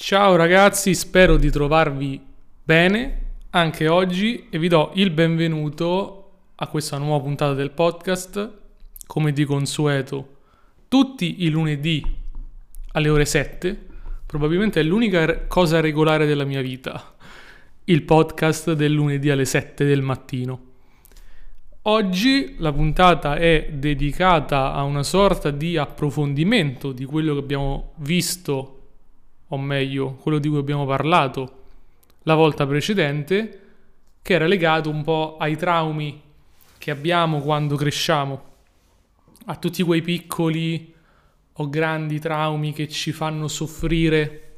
Ciao ragazzi, spero di trovarvi bene anche oggi e vi do il benvenuto a questa nuova puntata del podcast, come di consueto, tutti i lunedì alle ore 7, probabilmente è l'unica cosa regolare della mia vita, il podcast del lunedì alle 7 del mattino. Oggi la puntata è dedicata a una sorta di approfondimento di quello che abbiamo visto, o meglio, quello di cui abbiamo parlato la volta precedente, che era legato un po' ai traumi che abbiamo quando cresciamo, a tutti quei piccoli o grandi traumi che ci fanno soffrire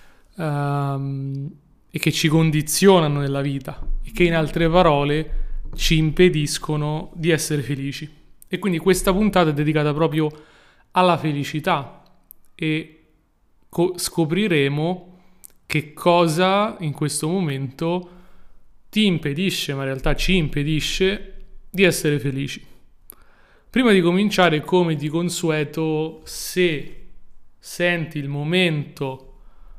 e che ci condizionano nella vita e che in altre parole ci impediscono di essere felici. E quindi questa puntata è dedicata proprio alla felicità e scopriremo che cosa in questo momento ti impedisce, ma in realtà ci impedisce di essere felici. Prima di cominciare, come di consueto, se senti il momento,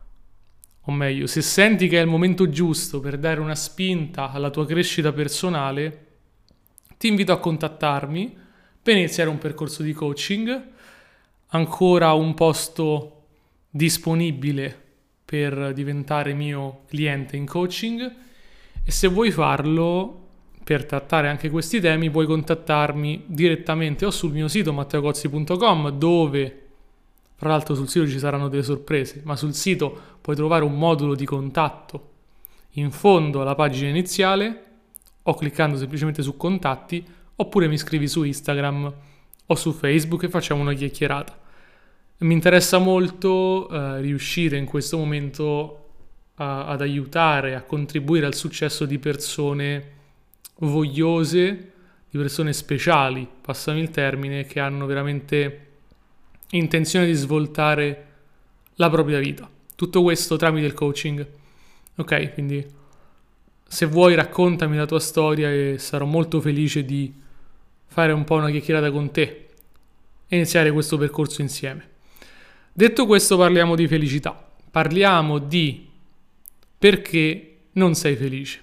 o meglio, se senti che è il momento giusto per dare una spinta alla tua crescita personale, ti invito a contattarmi per iniziare un percorso di coaching. Ancora un posto disponibile per diventare mio cliente in coaching, e se vuoi farlo per trattare anche questi temi puoi contattarmi direttamente o sul mio sito matteocozzi.com, dove fra l'altro sul sito ci saranno delle sorprese, ma sul sito puoi trovare un modulo di contatto in fondo alla pagina iniziale, o cliccando semplicemente su contatti, oppure mi scrivi su Instagram o su Facebook e facciamo una chiacchierata. Mi interessa molto riuscire in questo momento ad aiutare, a contribuire al successo di persone vogliose, di persone speciali, passami il termine, che hanno veramente intenzione di svoltare la propria vita. Tutto questo tramite il coaching. Ok, quindi se vuoi raccontami la tua storia e sarò molto felice di fare un po' una chiacchierata con te e iniziare questo percorso insieme. Detto questo, parliamo di felicità. Parliamo di perché non sei felice.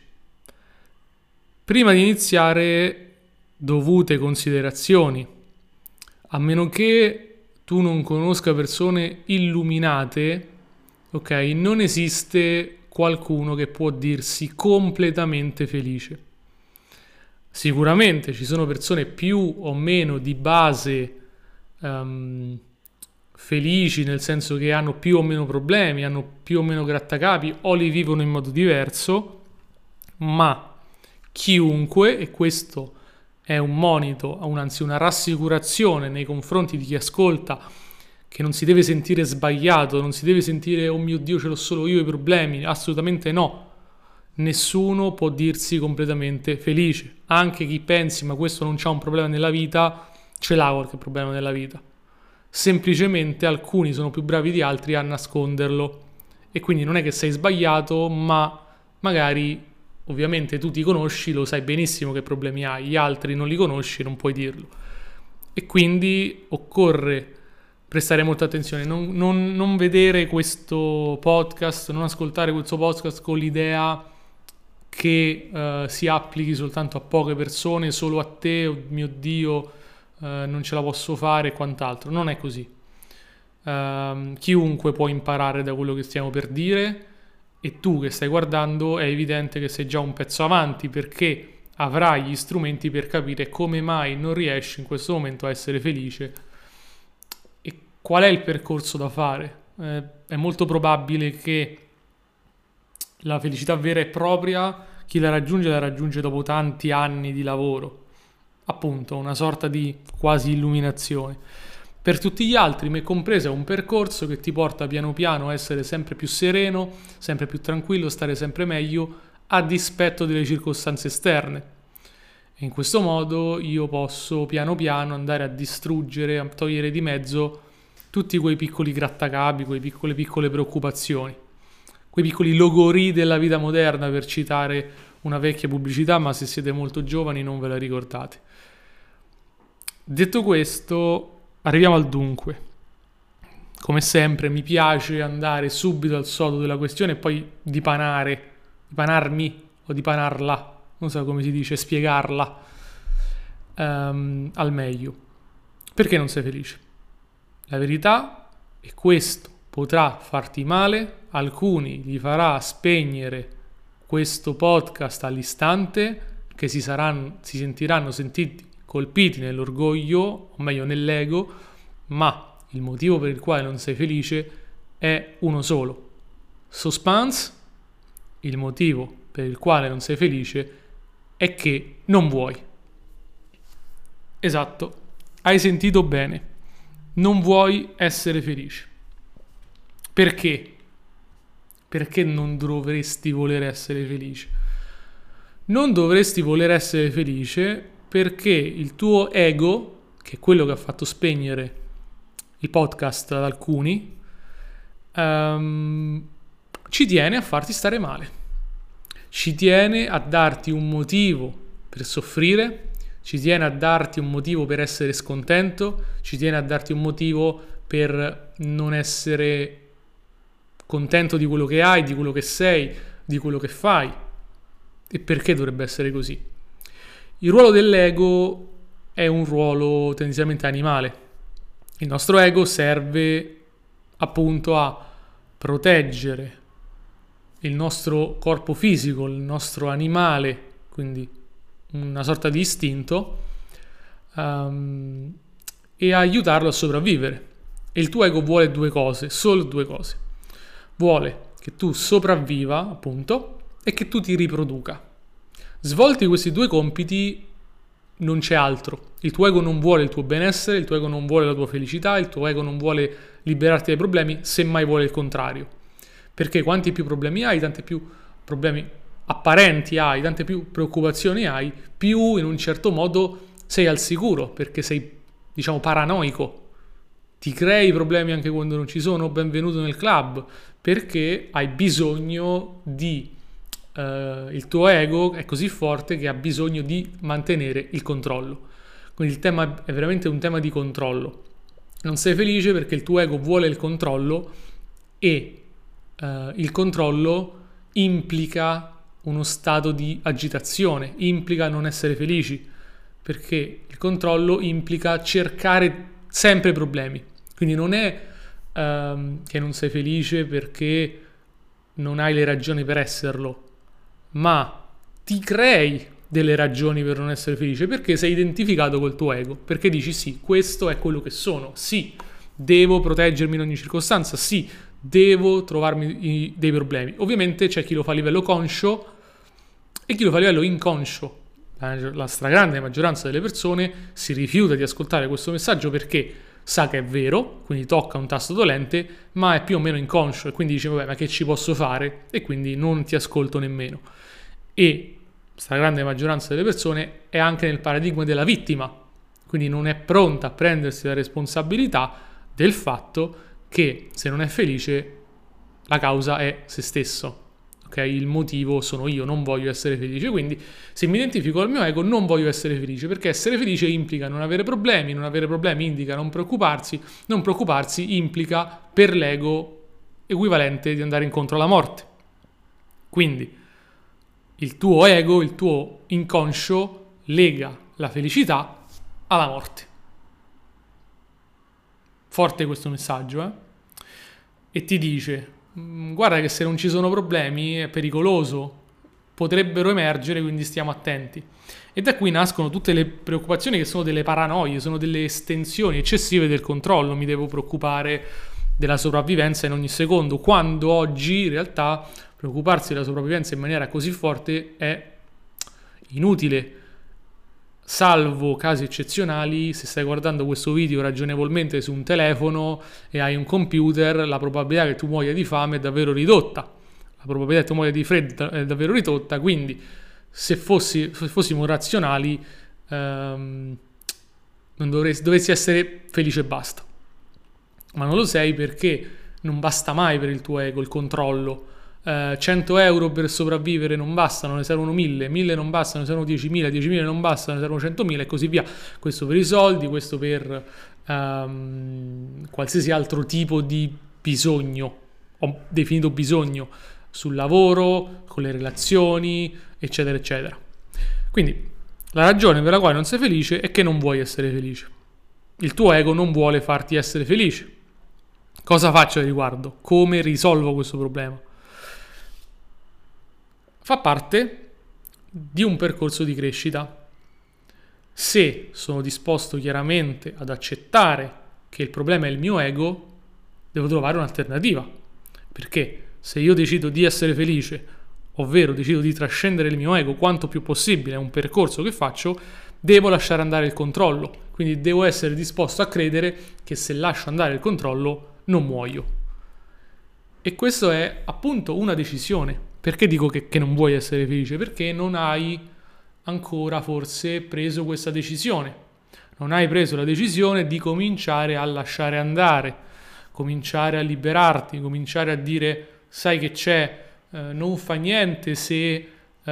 Prima di iniziare, dovute considerazioni. A meno che tu non conosca persone illuminate, ok, non esiste qualcuno che può dirsi completamente felice. Sicuramente ci sono persone più o meno di base felici, nel senso che hanno più o meno problemi, hanno più o meno grattacapi o li vivono in modo diverso, ma chiunque, e questo è un monito, anzi una rassicurazione nei confronti di chi ascolta, che non si deve sentire sbagliato, non si deve sentire oh mio Dio ce l'ho solo io i problemi, assolutamente no. Nessuno può dirsi completamente felice, anche chi pensi ma questo non c'ha un problema nella vita, ce l'ha qualche problema nella vita. Semplicemente alcuni sono più bravi di altri a nasconderlo, e quindi non è che sei sbagliato, ma magari ovviamente tu ti conosci, lo sai benissimo che problemi hai, gli altri non li conosci, non puoi dirlo, e quindi occorre prestare molta attenzione, non vedere questo podcast, non ascoltare questo podcast con l'idea che si applichi soltanto a poche persone, solo a te, oh mio Dio, non ce la posso fare e quant'altro. Non è così. Chiunque può imparare da quello che stiamo per dire, e tu che stai guardando è evidente che sei già un pezzo avanti, perché avrai gli strumenti per capire come mai non riesci in questo momento a essere felice e qual è il percorso da fare. È molto probabile che la felicità vera e propria chi la raggiunge dopo tanti anni di lavoro, appunto una sorta di quasi illuminazione. Per tutti gli altri, me compreso, è un percorso che ti porta piano piano a essere sempre più sereno, sempre più tranquillo, stare sempre meglio a dispetto delle circostanze esterne. E in questo modo io posso piano piano andare a distruggere, a togliere di mezzo tutti quei piccoli grattacapi, quelle piccole preoccupazioni, quei piccoli logorì della vita moderna, per citare una vecchia pubblicità, ma se siete molto giovani non ve la ricordate. Detto questo, arriviamo al dunque. come sempre mi piace andare subito al sodo della questione e poi dipanarmi o dipanarla, non so come si dice, spiegarla al meglio. Perché non sei felice? La verità è questo: potrà farti male, alcuni gli farà spegnere questo podcast all'istante, che si sentiranno sentiti colpiti nell'orgoglio, o meglio nell'ego, ma il motivo per il quale non sei felice è uno solo. Suspense: il motivo per il quale non sei felice è che non vuoi. Esatto, hai sentito bene. Non vuoi essere felice. Perché? Perché non dovresti voler essere felice? Non dovresti voler essere felice perché il tuo ego, che è quello che ha fatto spegnere i podcast ad alcuni, ci tiene a farti stare male. Ci tiene a darti un motivo per soffrire, ci tiene a darti un motivo per essere scontento, ci tiene a darti un motivo per non essere contento di quello che hai, di quello che sei, di quello che fai. E perché dovrebbe essere così? Il ruolo dell'ego è un ruolo tendenzialmente animale. Il nostro ego serve appunto a proteggere il nostro corpo fisico, il nostro animale, quindi una sorta di istinto, e a aiutarlo a sopravvivere. E il tuo ego vuole due cose, solo due cose. Vuole che tu sopravviva, appunto, e che tu ti riproduca. Svolti questi due compiti, non c'è altro. Il tuo ego non vuole il tuo benessere, il tuo ego non vuole la tua felicità, il tuo ego non vuole liberarti dai problemi, semmai vuole il contrario. Perché quanti più problemi hai, tanti più problemi apparenti hai, tante più preoccupazioni hai, più in un certo modo sei al sicuro, perché sei, diciamo, paranoico. Ti crei problemi anche quando non ci sono, benvenuto nel club, perché hai bisogno di... il tuo ego è così forte che ha bisogno di mantenere il controllo. Quindi il tema è veramente un tema di controllo. Non sei felice perché il tuo ego vuole il controllo e il controllo implica uno stato di agitazione, implica non essere felici, perché il controllo implica cercare sempre problemi. Quindi non è che non sei felice perché non hai le ragioni per esserlo, ma ti crei delle ragioni per non essere felice perché sei identificato col tuo ego, perché dici sì, questo è quello che sono, sì, devo proteggermi in ogni circostanza, sì, devo trovarmi dei problemi. Ovviamente c'è chi lo fa a livello conscio e chi lo fa a livello inconscio. La stragrande maggioranza delle persone si rifiuta di ascoltare questo messaggio perché sa che è vero, quindi tocca un tasto dolente, ma è più o meno inconscio e quindi dice vabbè, ma che ci posso fare? E quindi non ti ascolto nemmeno. E la stragrande maggioranza delle persone è anche nel paradigma della vittima, quindi non è pronta a prendersi la responsabilità del fatto che se non è felice la causa è se stesso. Okay? Il motivo sono io, non voglio essere felice, quindi se mi identifico al mio ego non voglio essere felice, perché essere felice implica non avere problemi indica non preoccuparsi implica per l'ego equivalente di andare incontro alla morte. Quindi il tuo ego, il tuo inconscio lega la felicità alla morte. Forte questo messaggio, e ti dice guarda che se non ci sono problemi è pericoloso, potrebbero emergere, quindi stiamo attenti. E da qui nascono tutte le preoccupazioni che sono delle paranoie, sono delle estensioni eccessive del controllo. Mi devo preoccupare della sopravvivenza in ogni secondo, quando oggi in realtà preoccuparsi della sopravvivenza in maniera così forte è inutile, salvo casi eccezionali. Se stai guardando questo video ragionevolmente su un telefono e hai un computer, la probabilità che tu muoia di fame è davvero ridotta, la probabilità che tu muoia di freddo è davvero ridotta, quindi se fossimo razionali non dovresti essere felice e basta, ma non lo sei perché non basta mai per il tuo ego il controllo. 100 euro per sopravvivere non bastano, ne servono 1000, 1000 non bastano, ne servono 10.000, 10.000 non bastano, ne servono 100.000 e così via. Questo per i soldi, questo per qualsiasi altro tipo di bisogno, ho definito bisogno sul lavoro, con le relazioni, eccetera, eccetera. Quindi la ragione per la quale non sei felice è che non vuoi essere felice. Il tuo ego non vuole farti essere felice. Cosa faccio a riguardo? Come risolvo questo problema? Fa parte di un percorso di crescita. Se sono disposto chiaramente ad accettare che il problema è il mio ego, devo trovare un'alternativa. Perché se io decido di essere felice, ovvero decido di trascendere il mio ego quanto più possibile, è un percorso che faccio, devo lasciare andare il controllo. Quindi devo essere disposto a credere che se lascio andare il controllo non muoio. E questo è appunto una decisione. Perché dico che non vuoi essere felice? Perché non hai ancora forse preso questa decisione. Non hai preso la decisione di cominciare a lasciare andare, cominciare a liberarti, cominciare a dire sai che c'è, non fa niente se,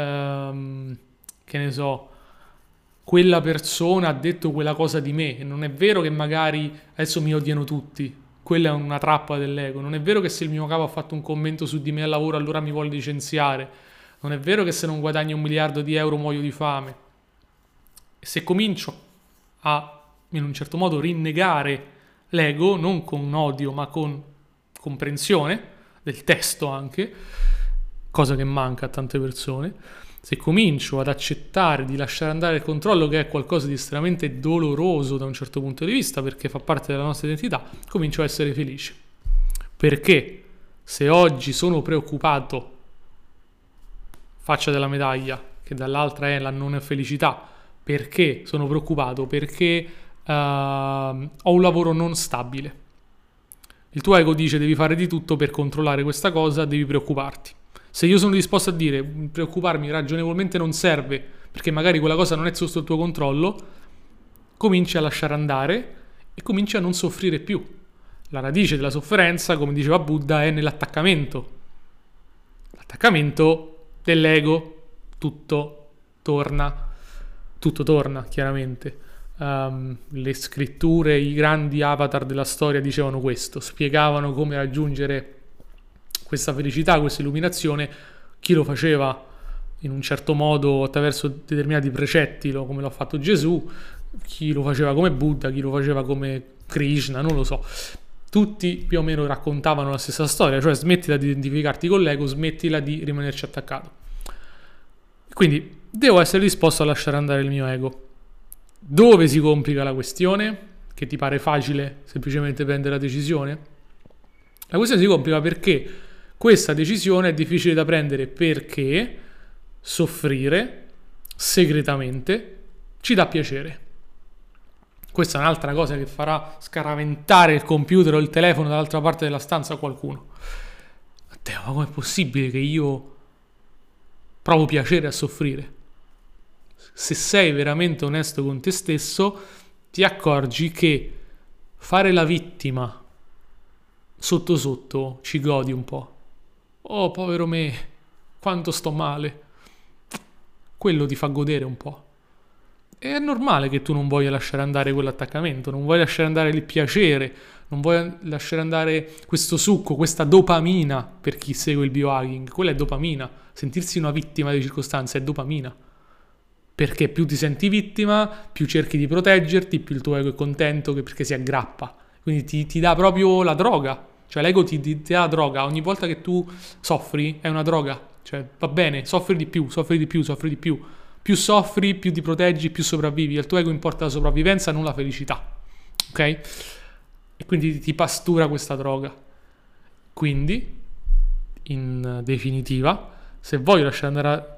che ne so, quella persona ha detto quella cosa di me. E non è vero che magari adesso mi odiano tutti. Quella è una trappola dell'ego. Non è vero che se il mio capo ha fatto un commento su di me al lavoro allora mi vuole licenziare. Non è vero che se non guadagno 1 miliardo di euro muoio di fame. E se comincio a, in un certo modo, rinnegare l'ego, non con odio ma con comprensione del testo anche, cosa che manca a tante persone, se comincio ad accettare di lasciare andare il controllo, che è qualcosa di estremamente doloroso da un certo punto di vista perché fa parte della nostra identità, comincio a essere felice. Perché se oggi sono preoccupato, faccia della medaglia, che dall'altra è la non felicità, perché sono preoccupato? Perché ho un lavoro non stabile. Il tuo ego dice devi fare di tutto per controllare questa cosa, devi preoccuparti. Se io sono disposto a dire preoccuparmi ragionevolmente non serve, perché magari quella cosa non è sotto il tuo controllo, cominci a lasciare andare e cominci a non soffrire più. La radice della sofferenza, come diceva Buddha, è nell'attaccamento. L'attaccamento dell'ego, tutto torna chiaramente. Le scritture, i grandi avatar della storia dicevano questo, spiegavano come raggiungere questa felicità, questa illuminazione. Chi lo faceva in un certo modo attraverso determinati precetti, come l'ha fatto Gesù, chi lo faceva come Buddha, chi lo faceva come Krishna, non lo so. Tutti più o meno raccontavano la stessa storia, cioè smettila di identificarti con l'ego, smettila di rimanerci attaccato. Quindi devo essere disposto a lasciare andare il mio ego. Dove si complica la questione? Che ti pare facile semplicemente prendere la decisione? La questione si complica perché questa decisione è difficile da prendere, perché soffrire segretamente ci dà piacere. Questa è un'altra cosa che farà scaraventare il computer o il telefono dall'altra parte della stanza a qualcuno. Matteo, ma com'è possibile che io provo piacere a soffrire? Se sei veramente onesto con te stesso, ti accorgi che fare la vittima sotto sotto ci godi un po'. Oh, povero me, quanto sto male. Quello ti fa godere un po'. E è normale che tu non voglia lasciare andare quell'attaccamento, non vuoi lasciare andare il piacere, non vuoi lasciare andare questo succo, questa dopamina per chi segue il biohacking. Quella è dopamina. Sentirsi una vittima delle circostanze è dopamina. Perché più ti senti vittima, più cerchi di proteggerti, più il tuo ego è contento perché si aggrappa. Quindi ti dà proprio la droga. Cioè l'ego ti dà la droga. Ogni volta che tu soffri è una droga. Cioè va bene, soffri di più, soffri di più, soffri di più. Più soffri, più ti proteggi, più sopravvivi. Al tuo ego importa la sopravvivenza, non la felicità. Ok? E quindi ti pastura questa droga. Quindi, in definitiva, se voglio lasciare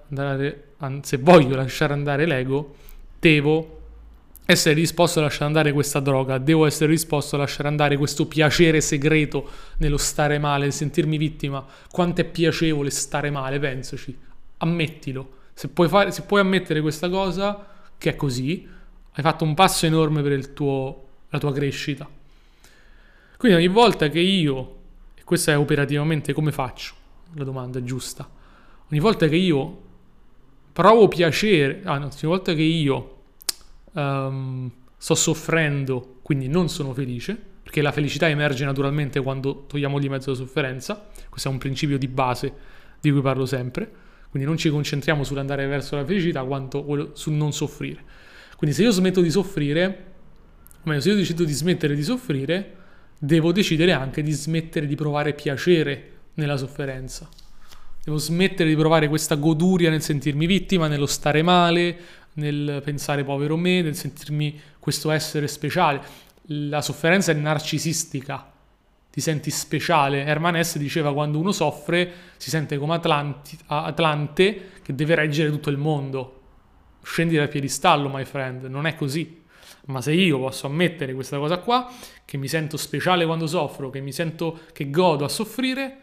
andare l'ego, devo essere disposto a lasciare andare questa droga, devo essere disposto a lasciare andare questo piacere segreto nello stare male, sentirmi vittima. Quanto è piacevole stare male, pensaci, ammettilo. Se puoi ammettere questa cosa, che è così, hai fatto un passo enorme per la tua crescita. Quindi ogni volta che io, e questa è operativamente come faccio, la domanda è giusta, ogni volta che io provo piacere, ogni volta che io sto soffrendo, quindi non sono felice, perché la felicità emerge naturalmente quando togliamo di mezzo la sofferenza. Questo è un principio di base di cui parlo sempre. Quindi non ci concentriamo sull'andare verso la felicità quanto sul non soffrire. Quindi se io smetto di soffrire, o meglio, se io decido di smettere di soffrire, devo decidere anche di smettere di provare piacere nella sofferenza. Devo smettere di provare questa goduria nel sentirmi vittima, nello stare male, nel pensare povero me, nel sentirmi questo essere speciale. La sofferenza è narcisistica, ti senti speciale. Herman Hesse diceva: quando uno soffre si sente come Atlante che deve reggere tutto il mondo. Scendi dal piedistallo, my friend, non è così. Ma se io posso ammettere questa cosa qua, che mi sento speciale quando soffro, che mi sento che godo a soffrire,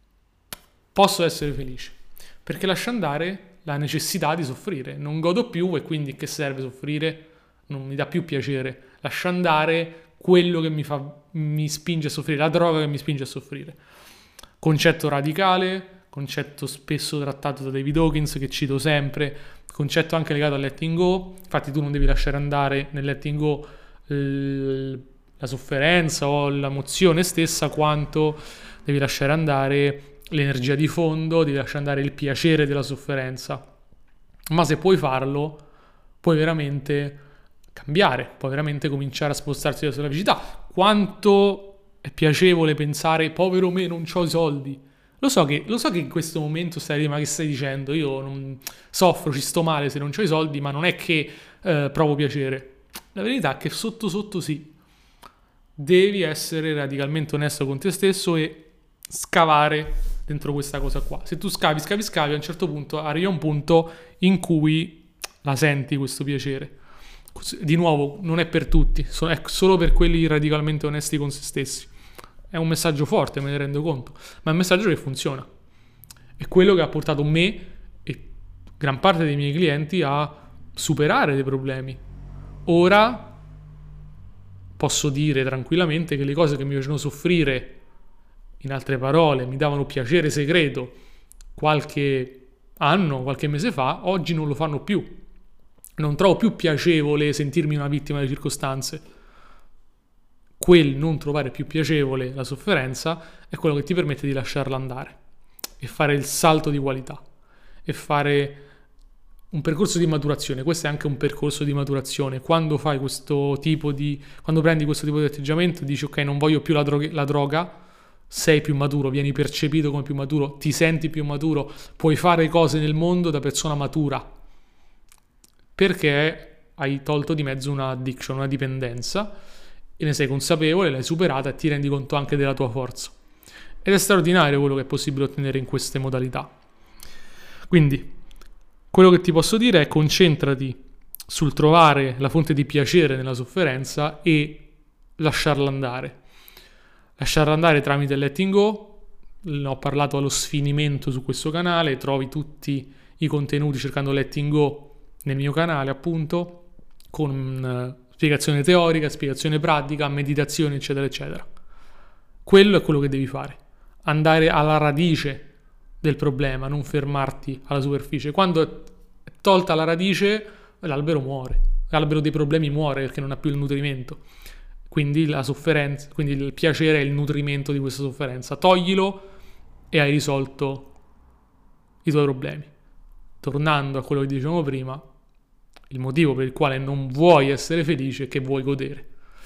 posso essere felice, perché lascio andare la necessità di soffrire. Non godo più e quindi che serve soffrire? Non mi dà più piacere. Lascio andare quello che mi spinge a soffrire, la droga che mi spinge a soffrire. Concetto radicale, concetto spesso trattato da David Hawkins, che cito sempre, concetto anche legato al letting go. Infatti tu non devi lasciare andare nel letting go la sofferenza o l'emozione stessa, quanto devi lasciare andare l'energia di fondo, devi lasciare andare il piacere della sofferenza. Ma se puoi farlo, puoi veramente cambiare, puoi veramente cominciare a spostarsi verso la felicità. Quanto è piacevole pensare: povero me, non c'ho i soldi. Lo so che in questo momento stai dicendo: ma che stai dicendo? Io non soffro, ci sto male se non c'ho i soldi, ma non è che provo piacere. La verità è che sotto sotto sì. Devi essere radicalmente onesto con te stesso e scavare dentro questa cosa qua. Se tu scavi, a un certo punto arrivi a un punto in cui la senti questo piacere. Di nuovo, non è per tutti, è solo per quelli radicalmente onesti con se stessi. È un messaggio forte, me ne rendo conto, ma è un messaggio che funziona. È quello che ha portato me e gran parte dei miei clienti a superare dei problemi. Ora posso dire tranquillamente che le cose che mi facevano soffrire, in altre parole, mi davano piacere segreto qualche anno, qualche mese fa, oggi non lo fanno più. Non trovo più piacevole sentirmi una vittima delle circostanze. Quel non trovare più piacevole la sofferenza è quello che ti permette di lasciarla andare e fare il salto di qualità e fare un percorso di maturazione. Questo è anche un percorso di maturazione. Quando prendi questo tipo di atteggiamento, dici: ok, non voglio più la droga, sei più maturo, vieni percepito come più maturo, ti senti più maturo, puoi fare cose nel mondo da persona matura, perché hai tolto di mezzo una addiction, una dipendenza, e ne sei consapevole, l'hai superata e ti rendi conto anche della tua forza. Ed è straordinario quello che è possibile ottenere in queste modalità. Quindi, quello che ti posso dire è: concentrati sul trovare la fonte di piacere nella sofferenza e lasciarla andare. Lasciarla andare tramite il letting go. Ho parlato allo sfinimento su questo canale, trovi tutti i contenuti cercando letting go nel mio canale, appunto, con spiegazione teorica, spiegazione pratica, meditazione, eccetera, eccetera. Quello è quello che devi fare. Andare alla radice del problema, non fermarti alla superficie. Quando è tolta la radice, l'albero muore. L'albero dei problemi muore perché non ha più il nutrimento. Quindi la sofferenza, quindi il piacere è il nutrimento di questa sofferenza. Toglilo e hai risolto i tuoi problemi. Tornando a quello che dicevamo prima, il motivo per il quale non vuoi essere felice è che vuoi godere.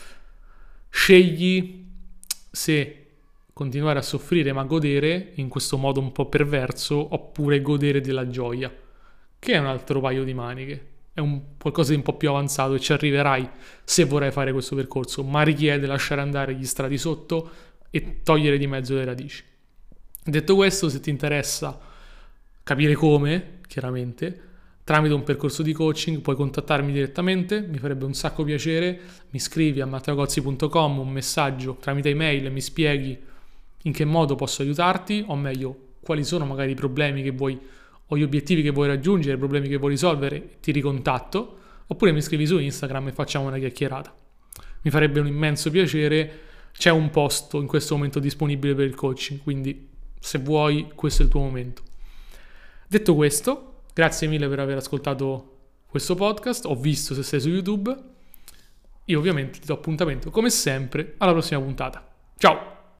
Scegli se continuare a soffrire ma godere in questo modo un po' perverso, oppure godere della gioia, che è un altro paio di maniche. È qualcosa di un po' più avanzato e ci arriverai se vorrai fare questo percorso, ma richiede lasciare andare gli strati sotto e togliere di mezzo le radici. Detto questo, se ti interessa capire come, chiaramente, tramite un percorso di coaching puoi contattarmi direttamente, mi farebbe un sacco piacere. Mi scrivi a matteocozzi.com un messaggio tramite email e mi spieghi in che modo posso aiutarti, o meglio, quali sono magari i problemi che vuoi o gli obiettivi che vuoi raggiungere, i problemi che vuoi risolvere, ti ricontatto, oppure mi scrivi su Instagram e facciamo una chiacchierata. Mi farebbe un immenso piacere. C'è un posto in questo momento disponibile per il coaching, quindi se vuoi questo è il tuo momento. Detto questo, grazie mille per aver ascoltato questo podcast. Ho visto se sei su YouTube. io ovviamente ti do appuntamento come sempre alla prossima puntata. Ciao!